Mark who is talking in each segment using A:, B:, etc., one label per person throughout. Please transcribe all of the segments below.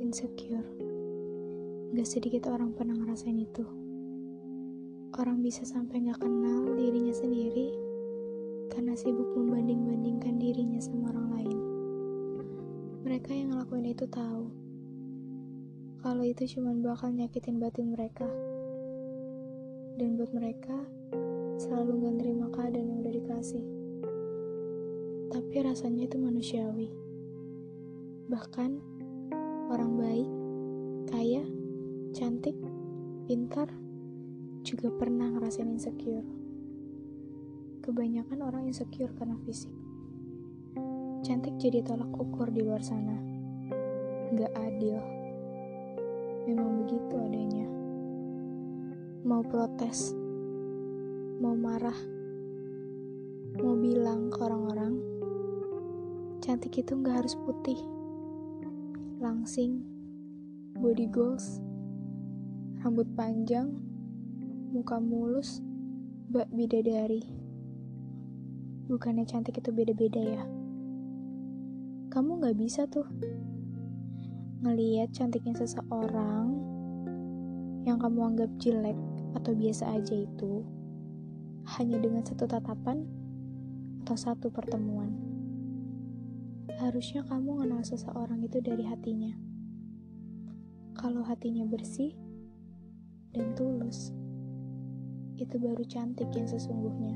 A: insecure. Gak sedikit orang pernah ngerasain itu. Orang bisa sampai gak kenal dirinya sendiri karena sibuk membanding-bandingkan dirinya sama orang lain. Mereka yang ngelakuin itu tahu kalau itu cuma bakal nyakitin batin mereka. Dan buat mereka, selalu gak nerima keadaan yang udah dikasih. Tapi rasanya itu manusiawi. Bahkan, orang baik, kaya, cantik, pintar, juga pernah ngerasain insecure. Kebanyakan orang insecure karena fisik. Cantik jadi tolak ukur di luar sana. Gak adil. Memang begitu adanya. Mau protes, mau marah, mau bilang ke orang-orang, cantik itu gak harus putih, langsing, body goals, rambut panjang, muka mulus, bak bidadari. Bukannya cantik itu beda-beda ya? Kamu gak bisa tuh ngelihat cantiknya seseorang yang kamu anggap jelek atau biasa aja itu hanya dengan satu tatapan atau satu pertemuan. Harusnya kamu kenal seseorang itu dari hatinya. Kalau hatinya bersih dan tulus, itu baru cantik yang sesungguhnya.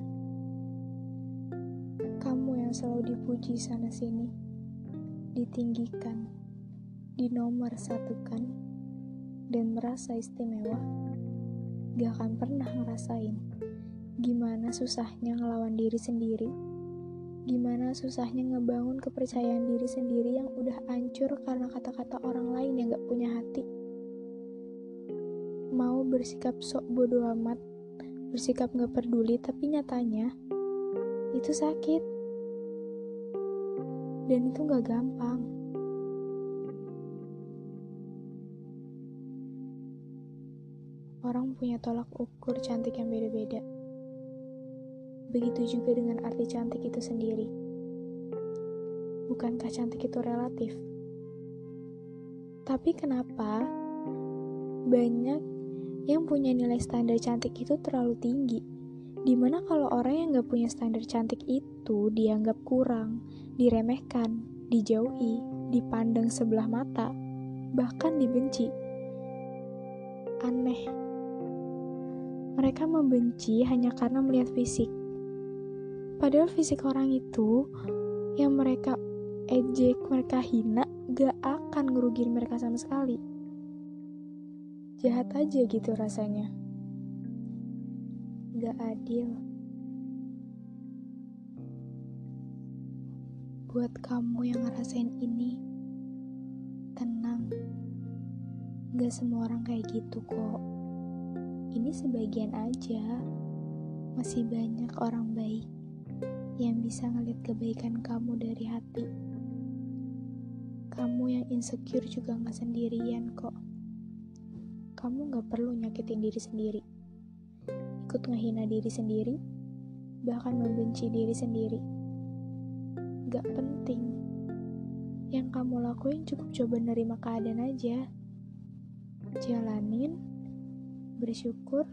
A: Kamu yang selalu dipuji sana-sini, ditinggikan, dinomor satukan, dan merasa istimewa, gak akan pernah ngerasain gimana susahnya ngelawan diri sendiri, gimana susahnya ngebangun kepercayaan diri sendiri yang udah hancur karena kata-kata orang lain yang gak punya hati. Mau bersikap sok bodo amat, bersikap gak peduli, tapi nyatanya itu sakit. Dan itu gak gampang. Orang punya tolak ukur cantik yang beda-beda. Begitu juga dengan arti cantik itu sendiri. Bukankah cantik itu relatif? Tapi kenapa banyak yang punya nilai standar cantik itu terlalu tinggi? Dimana kalau orang yang gak punya standar cantik itu dianggap kurang, diremehkan, dijauhi, dipandang sebelah mata, bahkan dibenci. Aneh. Mereka membenci hanya karena melihat fisik. Padahal fisik orang itu yang mereka ejek, mereka hina, gak akan ngerugiin mereka sama sekali. Jahat aja gitu rasanya. Gak adil. Buat kamu yang ngerasain ini, tenang. Gak semua orang kayak gitu kok. Ini sebagian aja. Masih banyak orang baik yang bisa ngeliat kebaikan kamu dari hati. Kamu yang insecure juga gak sendirian kok. Kamu gak perlu nyakitin diri sendiri, ikut ngehina diri sendiri, bahkan membenci diri sendiri. Gak penting. Yang kamu lakuin cukup coba nerima keadaan aja. Jalanin, bersyukur,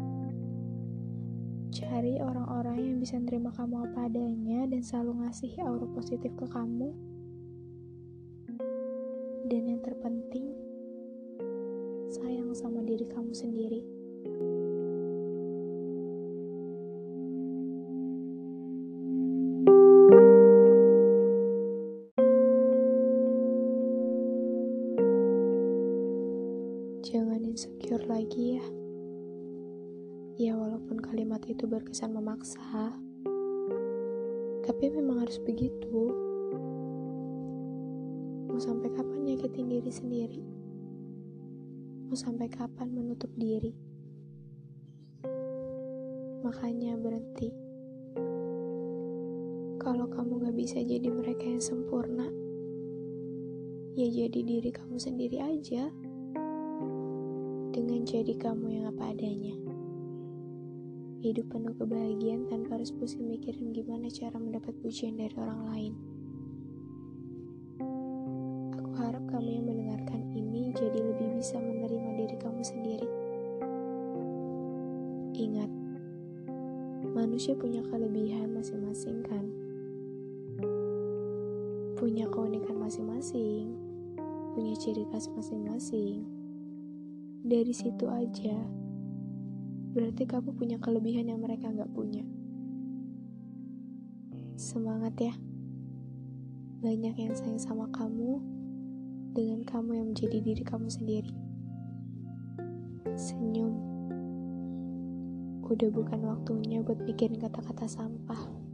A: cari orang-orang yang bisa nerima kamu apa adanya dan selalu ngasih aura positif ke kamu. Dan yang terpenting, sayang sama diri kamu sendiri. Jangan insecure lagi ya. Ya walaupun kalimat itu berkesan memaksa, tapi memang harus begitu. Mau sampai kapan nyakitin diri sendiri? Mau sampai kapan menutup diri? Makanya berhenti. Kalau kamu gak bisa jadi mereka yang sempurna, ya jadi diri kamu sendiri aja. Dengan jadi kamu yang apa adanya. Hidup penuh kebahagiaan tanpa harus pusing mikirin gimana cara mendapat pujian dari orang lain. Aku harap kamu yang mendengarkan ini jadi lebih bisa menerima diri kamu sendiri. Ingat, manusia punya kelebihan masing-masing kan? Punya keunikan masing-masing, punya ciri khas masing-masing. Dari situ aja, berarti kamu punya kelebihan yang mereka gak punya. Semangat ya. Banyak yang sayang sama kamu, dengan kamu yang menjadi diri kamu sendiri. Senyum. Udah bukan waktunya buat mikirin kata-kata sampah.